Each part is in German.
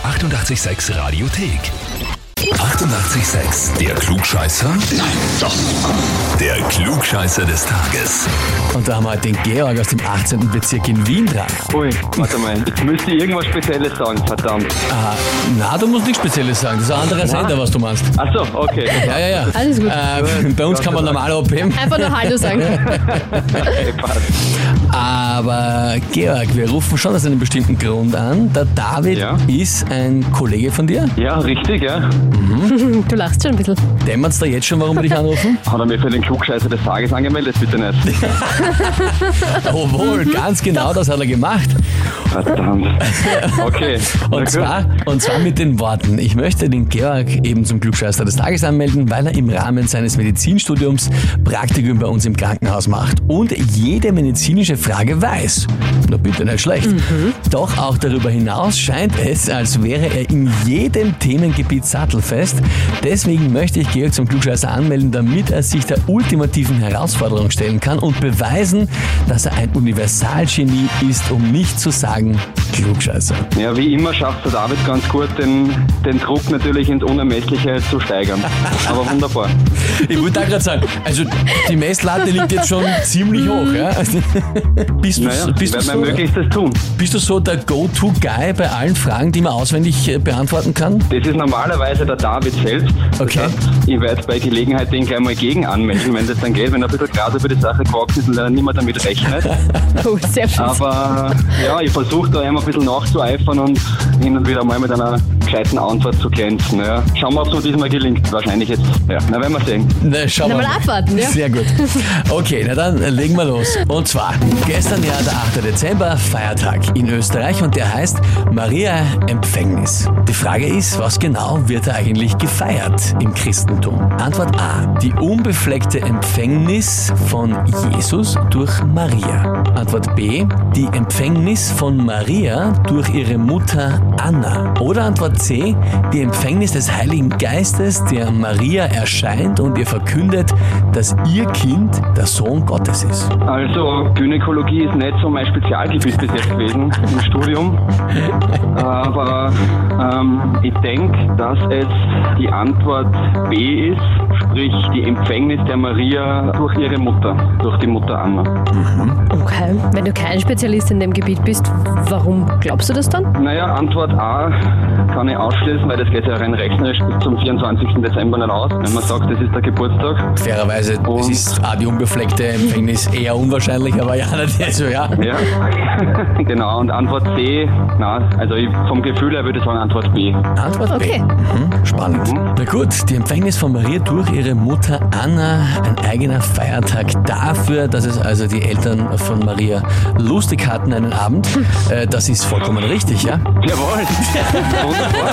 886 Radiothek. 88,6. Der Klugscheißer? Nein, doch. Der Klugscheißer des Tages. Und da haben wir heute den Georg aus dem 18. Bezirk in Wien dran. Ui, warte mal, jetzt müsste ich irgendwas Spezielles sagen, verdammt. Na, du musst nichts Spezielles sagen. Das ist ein anderer Sender, was du meinst. Ach so, okay. Ja. Alles gut. Bei uns kann man normal abheben. Einfach nur Hallo sagen. Okay, passt. Aber Georg, wir rufen schon aus einem bestimmten Grund an. Der David ist ein Kollege von dir. Ja, richtig, ja. Du lachst schon ein bisschen. Dämmert's da jetzt schon, warum wir dich anrufen? Hat er mich für den Klugscheißer des Tages angemeldet? Bitte nicht. Jawohl, ganz genau das hat er gemacht. Verdammt. Okay. Und zwar mit den Worten: Ich möchte den Georg eben zum Klugscheißer des Tages anmelden, weil er im Rahmen seines Medizinstudiums Praktikum bei uns im Krankenhaus macht und jede medizinische Frage weiß. Na bitte, nicht schlecht. Doch auch darüber hinaus scheint es, als wäre er in jedem Themengebiet sattelfest. Deswegen möchte ich Georg zum Klugscheißer anmelden, damit er sich der ultimativen Herausforderung stellen kann und beweisen, dass er ein Universalgenie ist, um nicht zu sagen Klugscheißer. Ja, wie immer schafft der David ganz gut, den Druck natürlich ins Unermessliche zu steigern. Aber wunderbar. Ich wollte da gerade sagen, also die Messlatte liegt jetzt schon ziemlich hoch. Ja? Bist du Ich werde mein Möglichstes tun. Bist du so der Go-To-Guy bei allen Fragen, die man auswendig beantworten kann? Das ist normalerweise der David selbst. Okay. Das heißt, ich werde bei Gelegenheit den gleich mal gegen anmelden, wenn das dann geht. Wenn er ein bisschen Gras über die Sache gewachsen ist und leider niemand damit rechnet. Oh, sehr gut. Aber ja, ich versuche da immer ein bisschen nachzueifern und hin und wieder mal mit einer gescheiten Antwort zu glänzen. Ja. Schauen wir, ob es uns diesmal gelingt. Wahrscheinlich jetzt. Ja, na, werden wir sehen. Na, schauen wir mal abwarten, ja? Sehr gut. Okay, na dann legen wir los. Und zwar, gestern ja der 8. Dezember, Feiertag in Österreich und der heißt Maria Empfängnis. Die Frage ist, was genau wird da eigentlich gefeiert im Christentum? Antwort A, die unbefleckte Empfängnis von Jesus durch Maria. Antwort B, die Empfängnis von Maria durch ihre Mutter Anna. Oder Antwort C, die Empfängnis des Heiligen Geistes, der Maria erscheint und ihr verkündet, dass ihr Kind der Sohn Gottes ist. Also, Gynäkologie ist nicht so mein Spezialgebiet bis jetzt gewesen im Studium. Aber ich denke, dass es die Antwort B ist, sprich die Empfängnis der Maria durch ihre Mutter, durch die Mutter Anna. Okay, wenn du kein Spezialist in dem Gebiet bist, warum glaubst du das dann? Naja, Antwort A kann ich ausschließen, weil das geht ja rein rechnerisch bis zum 24. Dezember nicht aus. Wenn man sagt, das ist der Geburtstag. Fairerweise, es ist die unbefleckte Empfängnis eher unwahrscheinlich, aber ja, natürlich so, ja. Ja, genau. Und Antwort C, also vom Gefühl her würde ich sagen Antwort B. Antwort B. Okay. Spannend. Na gut, die Empfängnis von Maria durch ihre Mutter Anna, ein eigener Feiertag dafür, dass es also die Eltern von Maria lustig hatten einen Abend. Das ist vollkommen richtig, ja? Jawohl. Wunderbar.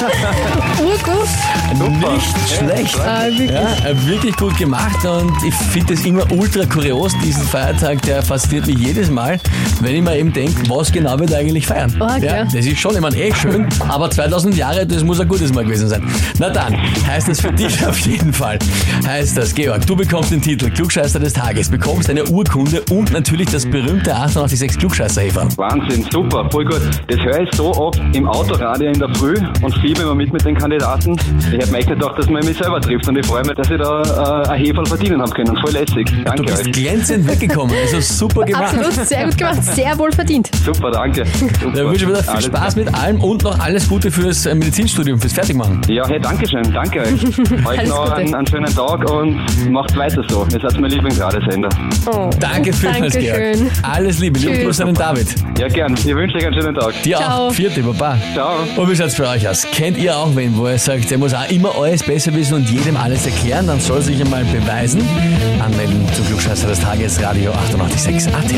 Urgut. Nicht schlecht. Wirklich. Ja, wirklich gut gemacht und ich finde es immer ultra kurios, diesen Feiertag, der fasziniert mich jedes Mal, wenn ich mir eben denke, was genau wird eigentlich feiern. Ja. Das ist schon, ich meine, schön, aber 2000 Jahre, das muss ein gutes Mal gewesen sein. Na dann, heißt das für dich auf jeden Fall. Heißt das, Georg, du bekommst den Titel Klugscheißer des Tages, bekommst eine Urkunde und natürlich das berühmte 886 Klugscheißer-Heferl. Wahnsinn, super, voll gut. Das höre ich so oft im Autoradio in der Früh und fieber immer mit den Kandidaten. Ich hätte mir echt gedacht, dass man mich selber trifft und ich freue mich, dass ich da ein Heferl verdienen habe können. Voll lässig. Danke Du bist euch. glänzend weggekommen, also super gemacht. Absolut, sehr gut gemacht, sehr wohl verdient. Super, danke. Super. Da wünsche ich mir viel Spaß mit allem und noch alles Gute fürs Medizinstudium, fürs Fertigmachen. Ja, hey, danke schön, danke euch. Euch Alles noch Gute. einen schönen Tag und macht weiter so. Ihr seid mein Lieblingsradiosender. Oh. Danke vielmals, Georg. Dankeschön. Alles Liebe, lieben Tschüss. Gruß an den David. Ja, gern. Ich wünsche euch einen schönen Tag. Dir Ciao. auch. Vierte, Baba. Ciao. Und wie schaut's für euch aus? Kennt ihr auch wen, wo ihr sagt, der muss auch immer alles besser wissen und jedem alles erklären? Dann soll er sich einmal beweisen. Anmelden zum Klugscheißer des Tages, Radio 886 AT.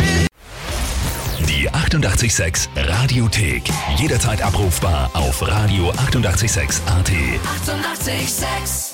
Die 88,6 Radiothek. Jederzeit abrufbar auf Radio 88,6 AT. 88,6.